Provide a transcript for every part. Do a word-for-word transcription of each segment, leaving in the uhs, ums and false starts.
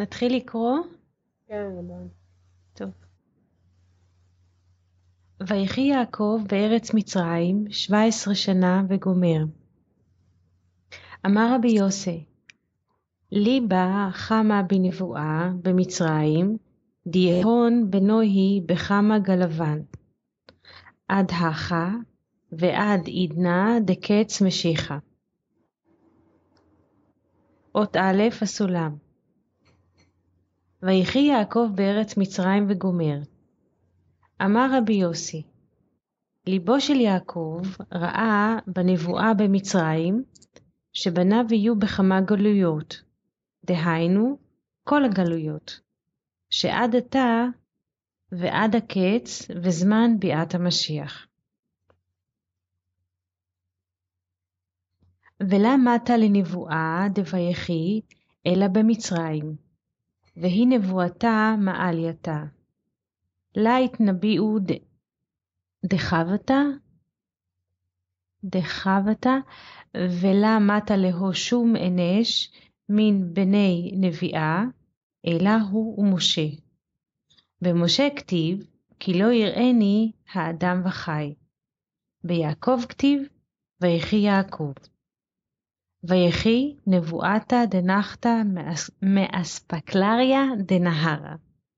להתחיל לקרוא? כן, ודאי. טוב. ויחי יעקב בארץ מצרים שבע עשרה שנה וגומר. אמר רבי יוסי, לי בא חמה בנבואה במצרים, דיהון בנוהי בחמה גלבן. עד הכה ועד עדנה דקץ משיחה. אות א' הסולם. ויחי יעקב בארץ מצרים וגומר. אמר רבי יוסי, ליבו של יעקב ראה בנבואה במצרים, שבניו יהיו בכמה גלויות, דהיינו כל הגלויות, שעד עתה ועד הקץ וזמן ביאת המשיח. ולמטה לנבואה דויחי אלא במצרים, והיא נבואתה מעלייתה. לה התנביאו ד... דחבתה, דחבתה, ולה מטה להו שום אנש מן בני נביאה, אלא הוא ומשה. במשה כתיב, כי לא יראני האדם וחי. ביעקב כתיב, ויחי יעקב. ויחי נבואתה דנחתה מאספקלריה דנהרה.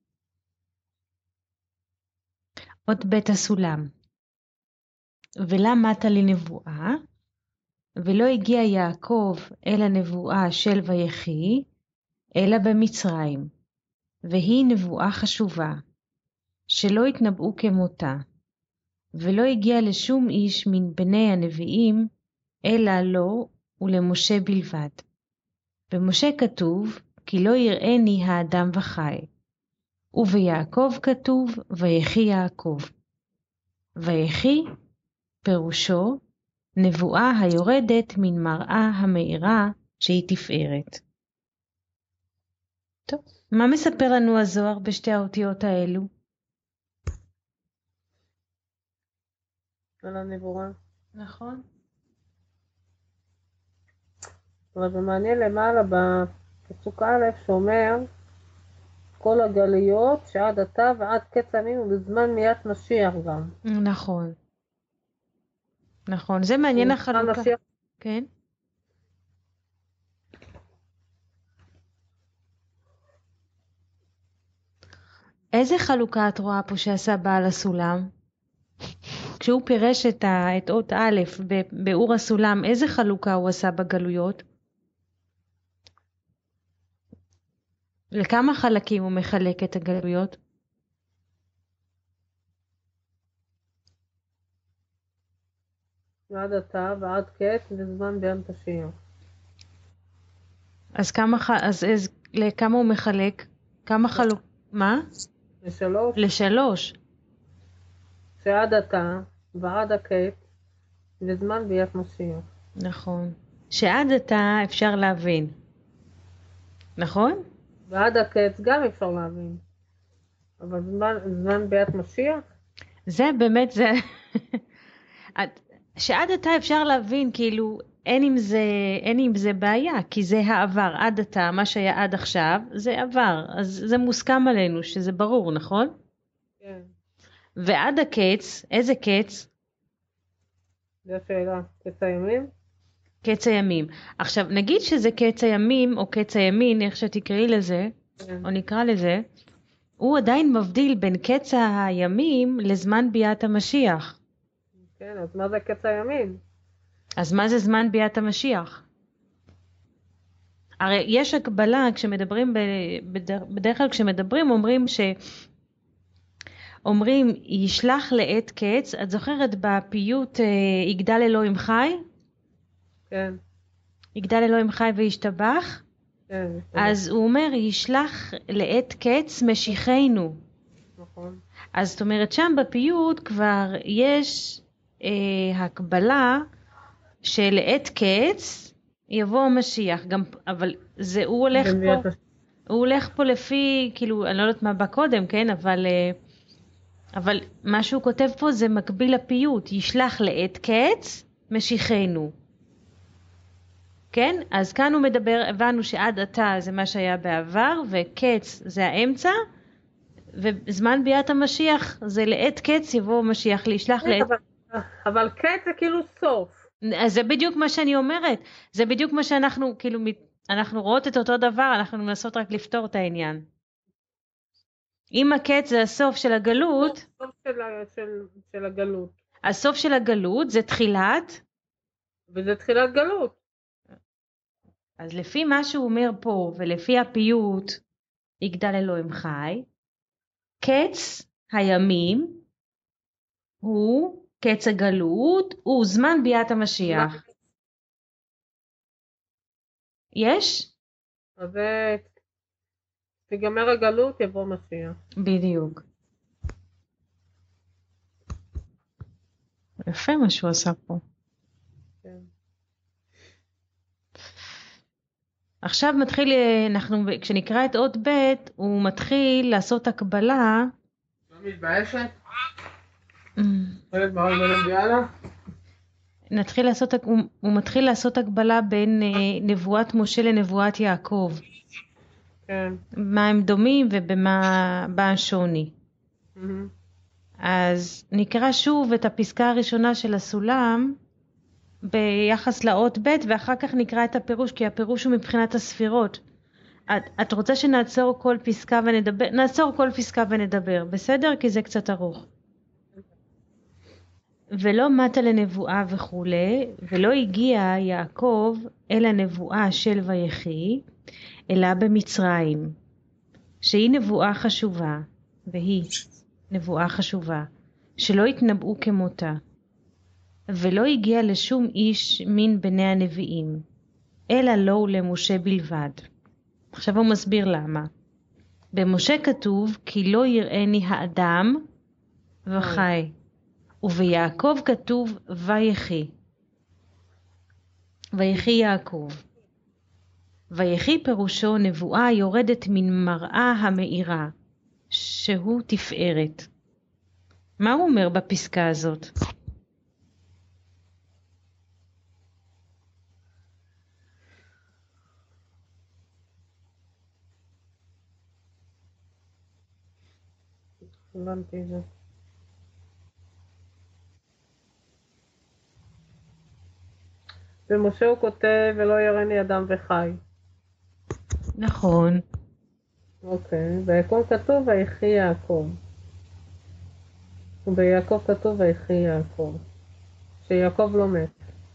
אות בית הסולם. ולמטה לנבואה, ולא הגיע יעקב אל הנבואה של ויחי, אלא במצרים, והיא נבואה חשובה, שלא התנבאו כמותה, ולא הגיע לשום איש מן בני הנביאים, אלא לו ולמשה בלבד. במשה כתוב, כי לא יראני האדם וחי, וביעקב כתוב, ויחי יעקב. ויחי פירושו, נבואה היורדת מן מראה המאירה שהיא תפארת. טוב, מה מספר לנו הזוהר בשתי האותיות האלו? על הנבואה. נכון. אבל זה מעניין למעלה בפסוק א' שאומר כל הגלויות שעד עתה ועד קץ הימים ובזמן מיית משיח גם. נכון. נכון, זה מעניין החלוקה. משיח... כן. איזה חלוקה את רואה פה שעשה בעל הסולם? כשהוא פירש את, ה, את אות א' באור הסולם, איזה חלוקה הוא עשה בגלויות? לכמה חלקים הוא מחלק את הגלויות? ועד עתה ועד קץ וזמן ביאת משיח. אז כמה, אז איז, לכמה הוא מחלק? כמה חלוק? מה? לשלוש. לשלוש. שעד עתה ועד הקץ וזמן ביאת משיח. נכון. שעד עתה אפשר להבין. נכון? ועד הקץ גם אפשר להבין. אבל זמן, זמן ביאת משיח? זה באמת, זה... שעד עתה אפשר להבין, כאילו, אין עם זה, אין עם זה בעיה, כי זה העבר. עד עתה, מה שהיה עד עכשיו, זה עבר. אז זה מוסכם עלינו, שזה ברור, נכון? כן. ועד הקץ, איזה קץ? זו השאלה. קץ הימים? קץ הימים. עכשיו, נגיד שזה קץ הימים, או קץ הימין, איך שתקראי לזה, כן. או נקרא לזה, הוא עדיין מבדיל בין קץ הימים לזמן ביאת המשיח. כן, אז מה זה קץ הימים? אז מה זה זמן ביאת המשיח? הרי יש הקבלה, כשמדברים, בדרך כלל כשמדברים, אומרים ש... אומרים, ישלח לעת קץ, את זוכרת בפיוט, יגדל אלוהים חי? כן. יגדל אלוהים חי וישתבח? כן. אז הוא אומר, ישלח לעת קץ משיחנו. נכון. אז זאת אומרת, שם בפיוט כבר יש אה, הקבלה שלעת קץ יבוא המשיח. גם, אבל זה, הוא הולך פה, הוא הולך פה לפי, כאילו, אני לא יודעת מה בא קודם, כן? אבל... אה, אבל מה שהוא כותב פה זה מקביל לפיוט, ישלח לעת קץ משיחנו. כן? אז כאן הוא מדבר, הבנו שעד עתה זה מה שהיה בעבר, וקץ זה האמצע, וזמן ביאת המשיח זה לעת קץ יבוא משיח להשלח לעת. אבל, אבל קץ זה כאילו סוף. אז זה בדיוק מה שאני אומרת, זה בדיוק מה שאנחנו, כאילו, אנחנו רואות את אותו דבר, אנחנו מנסות רק לפתור את העניין. אם הקץ זה הסוף של הגלות, הסוף של, של, של הגלות. הסוף של הגלות זה תחילת, וזה תחילת גלות. אז לפי מה שהוא אומר פה, ולפי הפיוט, יגדל אלוהים חי, קץ הימים הוא קץ הגלות, הוא זמן ביאת המשיח. יש? אז תיגמר הגלות יבוא משיח. בדיוק. יפה מה שהוא עשה פה. כן. עכשיו מתחיל, אנחנו, כשנקרא את אות ב' הוא מתחיל לעשות הקבלה. לא מתביישת? חלק בעל בלם ביאללה? נתחיל לעשות, הוא, הוא מתחיל לעשות הקבלה בין אה, נבואת משה לנבואת יעקב. כן. מה הם דומים ובמה בא השוני. Mm-hmm. אז נקרא שוב את הפסקה הראשונה של הסולם ביחס לאות ב' ואחר כך נקרא את הפירוש, כי הפירוש הוא מבחינת הספירות. את, את רוצה שנעצור כל פסקה ונדבר? נעצור כל פסקה ונדבר, בסדר? כי זה קצת ארוך. ולא מתה לנבואה וכולי, ולא הגיע יעקב אל הנבואה של ויחי, אלא במצרים, שהיא נבואה חשובה, והיא נבואה חשובה, שלא התנבאו כמותה, ולא הגיע לשום איש מן בני הנביאים, אלא לו למשה בלבד. עכשיו הוא מסביר למה. במשה כתוב, כי לא יראני האדם וחי. וביעקב כתוב ויחי. ויחי יעקב. ויחי פירושו נבואה יורדת מן מראה המאירה, שהוא תפארת. מה הוא אומר בפסקה הזאת? הבנתי את זה. ומשה הוא כותב ולא יראני אדם וחי. נכון. אוקיי, ביעקב כתוב ויחי יעקב. וביעקב כתוב ויחי יעקב. שיעקב לא מת.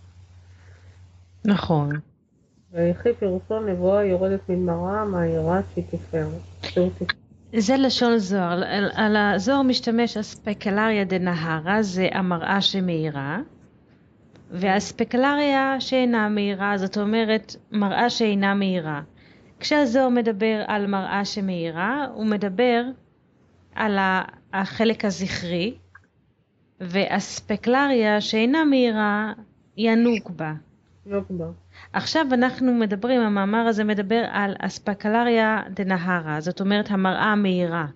נכון. ויחי פירושו נבואה יורדת מן מראה מהירה שהיא תפארת. זה לשון זוהר. על, על הזוהר משתמש אספקלריה דנהרה, זה המראה שמאירה. והאספקלריה שאינה מהירה, זאת אומרת מראה שאינה מהירה. כשהזוהר מדבר על מראה שמאירה, הוא מדבר על החלק הזכרי, ואספקלריה שאינה מהירה היא הנוקבה. נוקבה. עכשיו אנחנו מדברים, המאמר הזה מדבר על אספקלריה דנהרה, זאת אומרת המראה המאירה.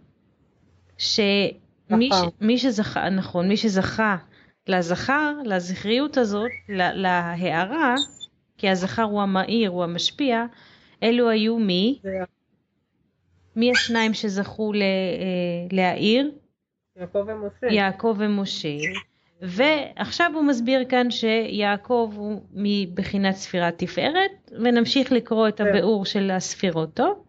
שמי מי שזכה, נכון, מי שזכה לזכר, לזכריות הזאת, להערה, כי הזכר הוא המאיר, הוא המשפיע, אלו היו מי? מי השניים שזכו להעיר? יעקב ומשה. יעקב ומשה. ועכשיו הוא מסביר כאן שיעקב הוא מבחינת ספירת תפארת, ונמשיך לקרוא את הביאור של הספירות, טוב?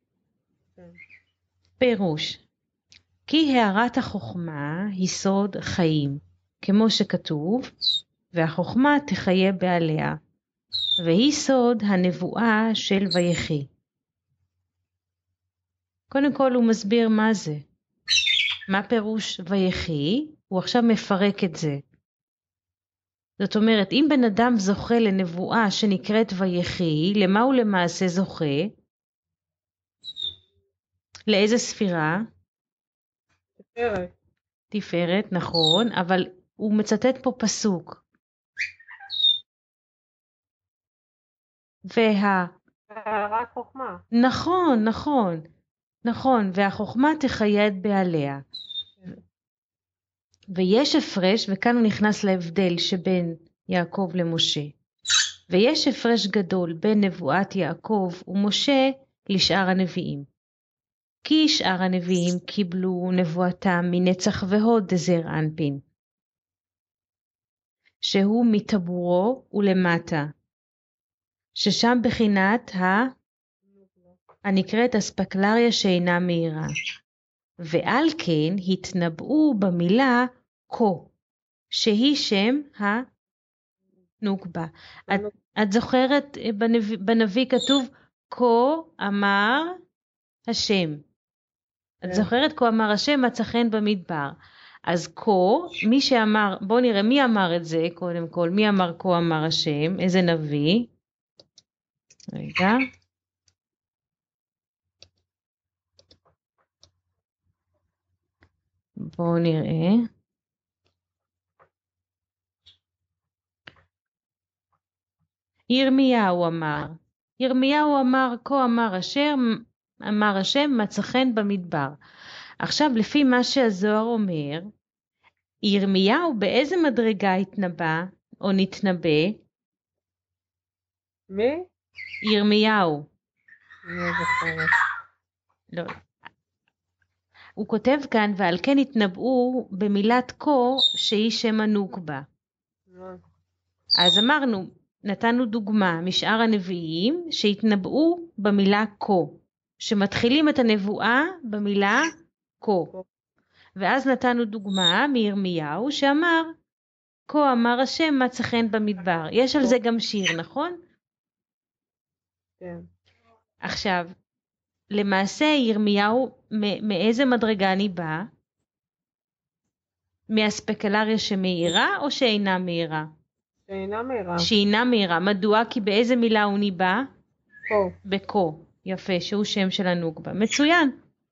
פירוש. כי הערת החוכמה היא סוד חיים. כמו שכתוב, והחוכמה תחיה בעליה, והיא סוד הנבואה של ויחי. קודם כל הוא מסביר מה זה. מה פירוש ויחי? הוא עכשיו מפרק את זה. זאת אומרת, אם בן אדם זוכה לנבואה שנקראת ויחי, למה הוא למעשה זוכה? לאיזה ספירה? תפארת. תפארת, נכון, אבל הוא מצטט פה פסוק. וה... הערת חוכמה. נכון, נכון, נכון, והחוכמה תחיה את בעליה. ויש הפרש, וכאן הוא נכנס להבדל שבין יעקב למשה. ויש הפרש גדול בין נבואת יעקב ומשה לשאר הנביאים. כי שאר הנביאים קיבלו נבואתם מנצח והוד דזר אנפין, שהוא מטבורו ולמטה, ששם בחינת ה... הנקראת אספקלריה שאינה מהירה, ועל כן התנבאו במילה כה, שהיא שם הנוקבה. את, את זוכרת בנביא, בנביא כתוב כה אמר השם. את זוכרת כה אמר השם מצא חן במדבר. אז כה, מי שאמר, בוא נראה מי אמר את זה קודם כל, מי אמר כה אמר השם, איזה נביא? רגע. בואו נראה. ירמיהו אמר, ירמיהו אמר, כה אמר אשר, אמר השם מצא חן במדבר. עכשיו לפי מה שהזוהר אומר, ירמיהו באיזה מדרגה התנבא או נתנבא? מי? ירמיהו. אני זוכרת. לא. הוא כותב כאן, ועל כן התנבאו במילת כה שהיא שם הנוקבה. אז אמרנו, נתנו דוגמה משאר הנביאים שהתנבאו במילה כה, שמתחילים את הנבואה במילה כה. ואז נתנו דוגמה מירמיהו שאמר, כה אמר השם מצא חן במדבר. יש על זה גם שיר, נכון? כן. עכשיו, למעשה ירמיהו מאיזה מדרגה ניבא? מהספקלריה שמאירה או שאינה מאירה? שאינה מהירה. שאינה מהירה. מדוע? כי באיזה מילה הוא ניבא? כה. בכה. יפה, שהוא שם של הנוקבה. מצוין.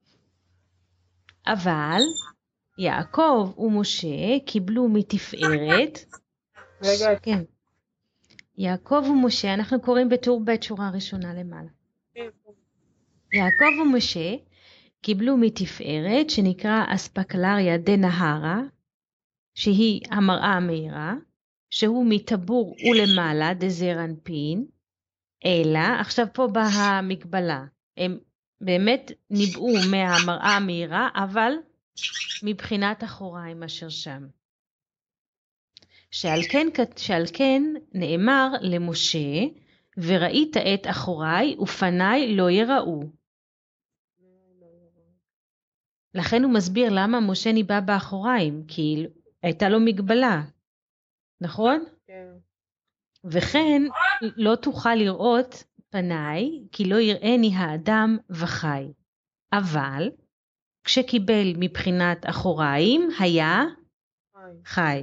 אבל יעקב ומשה קיבלו מתפארת. רגע. כן. יעקב ומשה, אנחנו קוראים בטור ב' שורה ראשונה למעלה. יעקב ומשה קיבלו מתפארת שנקרא אספקלריה דנהרה, שהיא המראה המהירה, שהוא מטבור ולמעלה דזר אנפין, אלא, עכשיו פה באה המגבלה, הם באמת ניבאו מהמראה המהירה, אבל מבחינת אחוריים אשר שם. שעל כן, שעל כן נאמר למשה, וראית את אחוריי ופניי לא יראו. לכן הוא מסביר למה משה ניבא באחוריים, כי הייתה לו מגבלה, נכון? כן. וכן לא תוכל לראות פניי, כי לא יראני האדם וחי. אבל כשקיבל מבחינת אחוריים היה חי.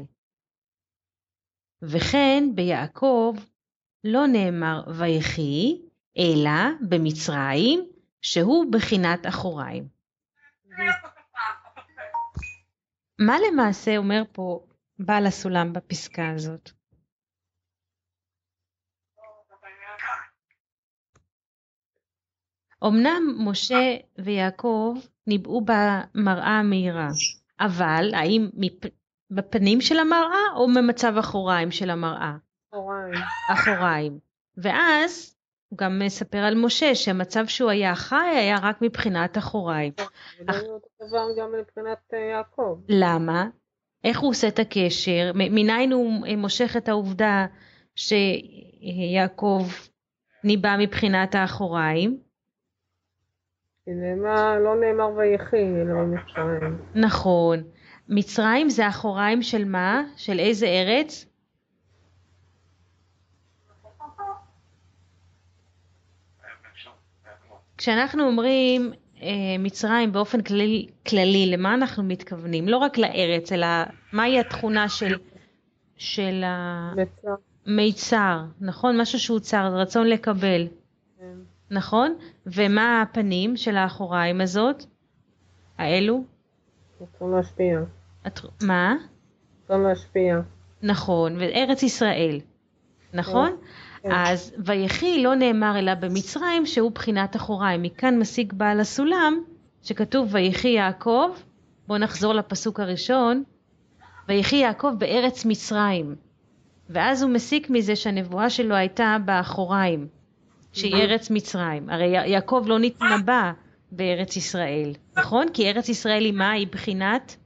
וכן ביעקב לא נאמר ויחי, אלא במצרים, שהוא בחינת אחוריים. מה למעשה אומר פה בעל הסולם בפסקה הזאת? אמנם משה ויעקב ניבאו במראה המהירה, אבל האם בפנים של המראה או במצב אחוריים של המראה? אחוריים. אחוריים. ואז הוא גם מספר על משה שהמצב שהוא היה חי היה רק מבחינת אחוריים. ולא אותו דבר גם מבחינת יעקב. למה? איך הוא עושה את הקשר? מניין הוא מושך את העובדה שיעקב ניבא מבחינת האחוריים? נאמר, לא נאמר ויחי, אלא במצרים. נכון. מצרים זה אחוריים של מה? של איזה ארץ? כשאנחנו אומרים אה, מצרים באופן כללי, כללי, למה אנחנו מתכוונים? לא רק לארץ, אלא מהי התכונה של, של המיצר, נכון? משהו שהוא צר, רצון לקבל, כן. נכון? ומה הפנים של האחוריים הזאת? האלו? רצון להשפיע. את, מה? רצון להשפיע. נכון, וארץ ישראל, נכון? כן. אז ויחי לא נאמר אלא במצרים שהוא בחינת אחוריים. מכאן משיג בעל הסולם שכתוב ויחי יעקב, בואו נחזור לפסוק הראשון, ויחי יעקב בארץ מצרים. ואז הוא מסיק מזה שהנבואה שלו הייתה באחוריים, שהיא ארץ מצרים. הרי יעקב לא נתנבא בארץ ישראל, נכון? כי ארץ ישראל היא מה? היא בחינת?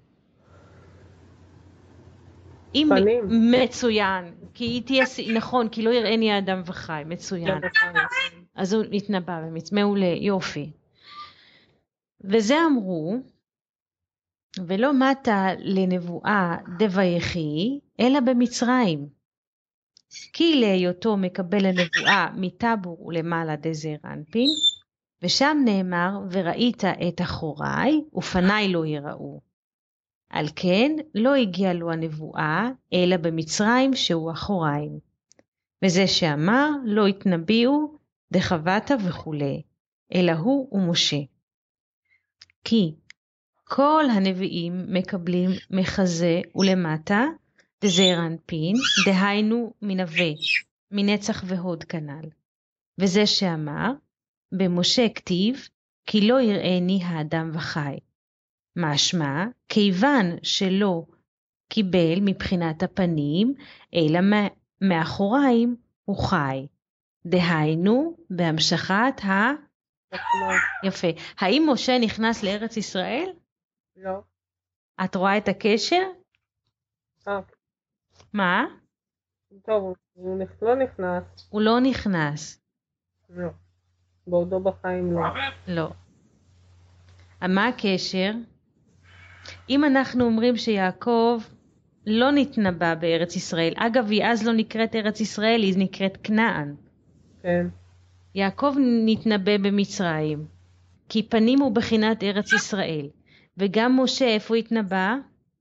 היא מצוין. כי היא תהיה, נכון, כי לא יראני האדם וחי, מצוין. אז הוא נתנבא במצרים, מעולה, יופי. וזה אמרו, ולא מתה לנבואה דוויחי, אלא במצרים. כי להיותו מקבל הנבואה מטבור ולמעלה דזעיר אנפין, ושם נאמר, וראית את אחוריי, ופניי לא יראו. על כן לא הגיע לו הנבואה, אלא במצרים שהוא אחוריים. וזה שאמר, לא התנביאו, דחבטה וכו', אלא הוא ומשה. כי כל הנביאים מקבלים מחזה ולמטה, דזעיר אנפין, דהיינו מנווה, מנצח והוד כנל. וזה שאמר, במשה כתיב, כי לא יראני האדם וחי. משמע, כיוון שלא קיבל מבחינת הפנים, אלא מאחוריים הוא חי. דהיינו, בהמשכת ה... יפה. האם משה נכנס לארץ ישראל? לא. את רואה את הקשר? אה. מה? טוב, הוא לא נכנס. הוא לא נכנס. לא. בעודו בחיים לא. לא. מה הקשר? אם אנחנו אומרים שיעקב לא נתנבא בארץ ישראל, אגב היא אז לא נקראת ארץ ישראל, היא נקראת כנען. כן. יעקב נתנבא במצרים, כי פנים הוא בחינת ארץ ישראל. וגם משה איפה התנבא?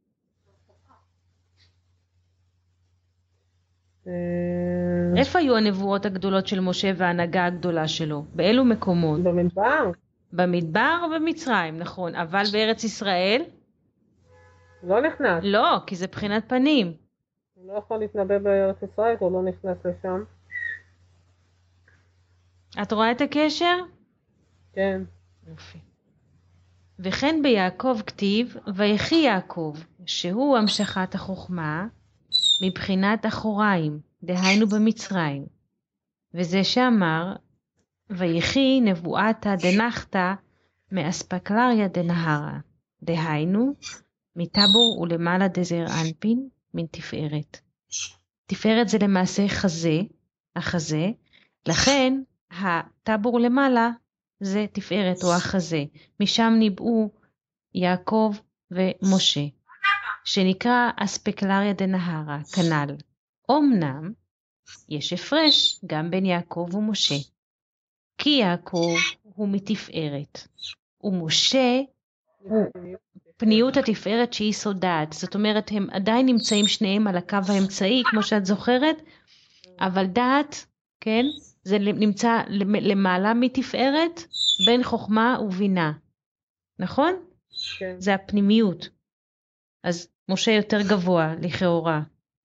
איפה היו הנבואות הגדולות של משה וההנהגה הגדולה שלו? באילו מקומות? במדבר. במדבר או במצרים, נכון. אבל בארץ ישראל? לא נכנס. לא, כי זה בחינת פנים. הוא לא יכול להתנבא בארץ ישראל, הוא לא נכנס לשם. את רואה את הקשר? כן. יופי. וכן ביעקב כתיב, ויחי יעקב, שהוא המשכת החוכמה, מבחינת אחוריים, דהיינו במצרים. וזה שאמר, ויחי נבואתה דנחתה מאספקלריה דנהרה, דהיינו, מטבור ולמעלה דזעיר אנפין, מן תפארת. תפארת זה למעשה חזה, החזה, לכן הטבור למעלה זה תפארת או החזה. משם ניבאו יעקב ומשה, שנקרא אספקלריה דנהרה, כנל. אמנם יש הפרש גם בין יעקב ומשה, כי יעקב הוא מתפארת, ומשה הוא פניות התפארת שהיא סודעת. זאת אומרת, הם עדיין נמצאים שניהם על הקו האמצעי, כמו שאת זוכרת, אבל דעת, כן, זה נמצא למעלה מתפארת, בין חוכמה ובינה. נכון? כן. זה הפנימיות. אז משה יותר גבוה לכאורה.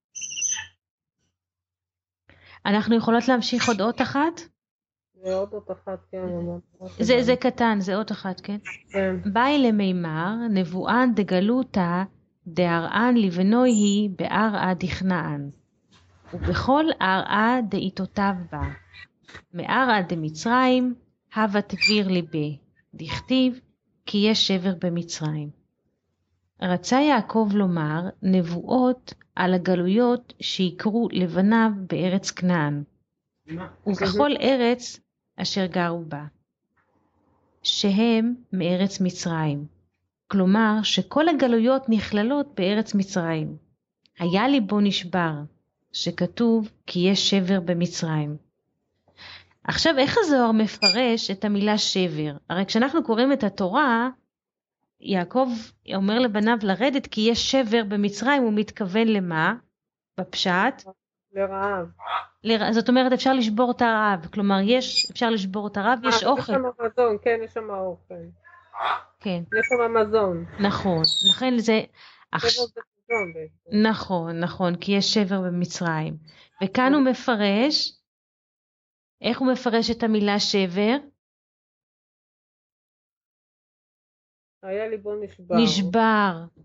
אנחנו יכולות להמשיך עוד אות אחת? זה עוד אות אחת, כן. זה, זה קטן, זה אות אחת, כן? כן. באי למימר, נבואן דגלותה, דארען לבנוי היא בארעה דכנען, ובכל ארעה דאיתותיו בה. מארעה דמצרים, הווה תביר ליבי, דכתיב, כי יש שבר במצרים. רצה יעקב לומר נבואות על הגלויות שיקרו לבניו בארץ כנען, ובכל ארץ אשר גרו בה, שהם מארץ מצרים. כלומר שכל הגלויות נכללות בארץ מצרים. היה ליבו נשבר, שכתוב כי יש שבר במצרים. עכשיו איך הזוהר מפרש את המילה שבר? הרי כשאנחנו קוראים את התורה, יעקב אומר לבניו לרדת כי יש שבר במצרים, הוא מתכוון למה? בפשט? לרעב. לרעב. זאת אומרת אפשר לשבור את הרעב, כלומר יש, אפשר לשבור את הרעב, יש אוכל. יש שם מזון, כן, יש שם אוכל. כן. יש שם מזון. נכון, לכן זה... שבר זה מזון בעצם. נכון, נכון, כי יש שבר במצרים. וכאן הוא מפרש, איך הוא מפרש את המילה שבר? היה ליבו נשבר. נשבר,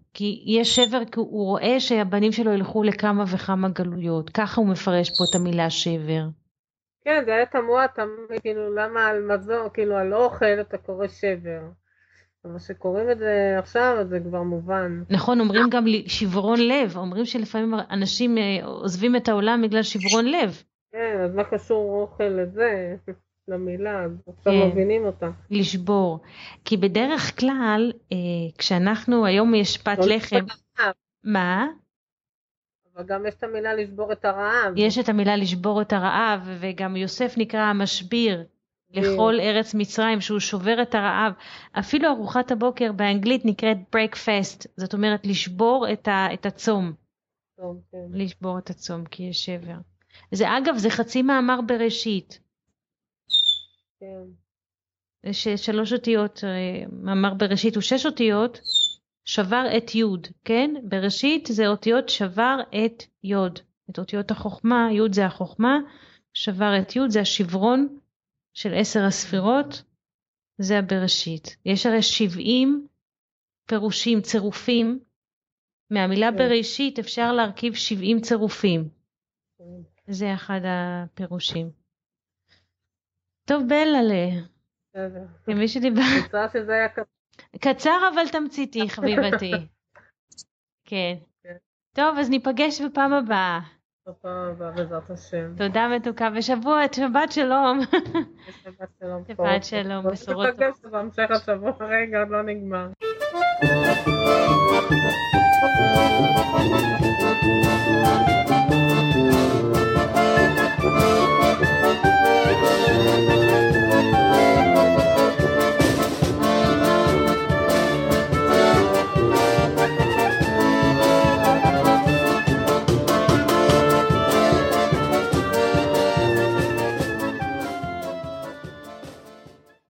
כי יש שבר, כי הוא רואה שהבנים שלו ילכו לכמה וכמה גלויות. ככה הוא מפרש פה את המילה שבר. כן, זה היה תמוה תמיד, כאילו, למה על מזון, כאילו, על אוכל אתה קורא שבר. אבל שקוראים את זה עכשיו, אז זה כבר מובן. נכון, אומרים גם שברון לב, אומרים שלפעמים אנשים עוזבים את העולם בגלל שברון לב. כן, אז מה קשור אוכל לזה, למילה, אז עכשיו כן. מבינים אותה. לשבור. כי בדרך כלל, כשאנחנו, היום יש פת לא לחם. מה? אבל גם יש את המילה לשבור את הרעב. יש את המילה לשבור את הרעב, וגם יוסף נקרא המשביר. לכל ארץ מצרים שהוא שובר את הרעב. אפילו ארוחת הבוקר באנגלית נקראת breakfast, זאת אומרת לשבור את, ה, את הצום. טוב, כן. לשבור את הצום כי יש שבר. זה אגב, זה חצי מאמר בראשית. כן. יש שלוש אותיות, מאמר בראשית הוא שש אותיות, שבר את יוד, כן? בראשית זה אותיות שבר את יוד. את אותיות החוכמה, יוד זה החוכמה, שבר את יוד זה השברון, של עשר הספירות, זה הבראשית. יש הרי שבעים פירושים, צירופים, מהמילה בראשית אפשר להרכיב שבעים צירופים. זה אחד הפירושים. טוב, בללה. כמי שדיבר. קצר שזה היה קצר. קצר אבל תמציתי, חביבתי. כן. טוב, אז ניפגש בפעם הבאה. בפעם הבאה, בעזרת השם. תודה מתוקה, ושבוע, שבת שלום. שבת שלום. שבת שלום, בשורות. ניפגש בהמשך השבוע, רגע, עוד לא נגמר.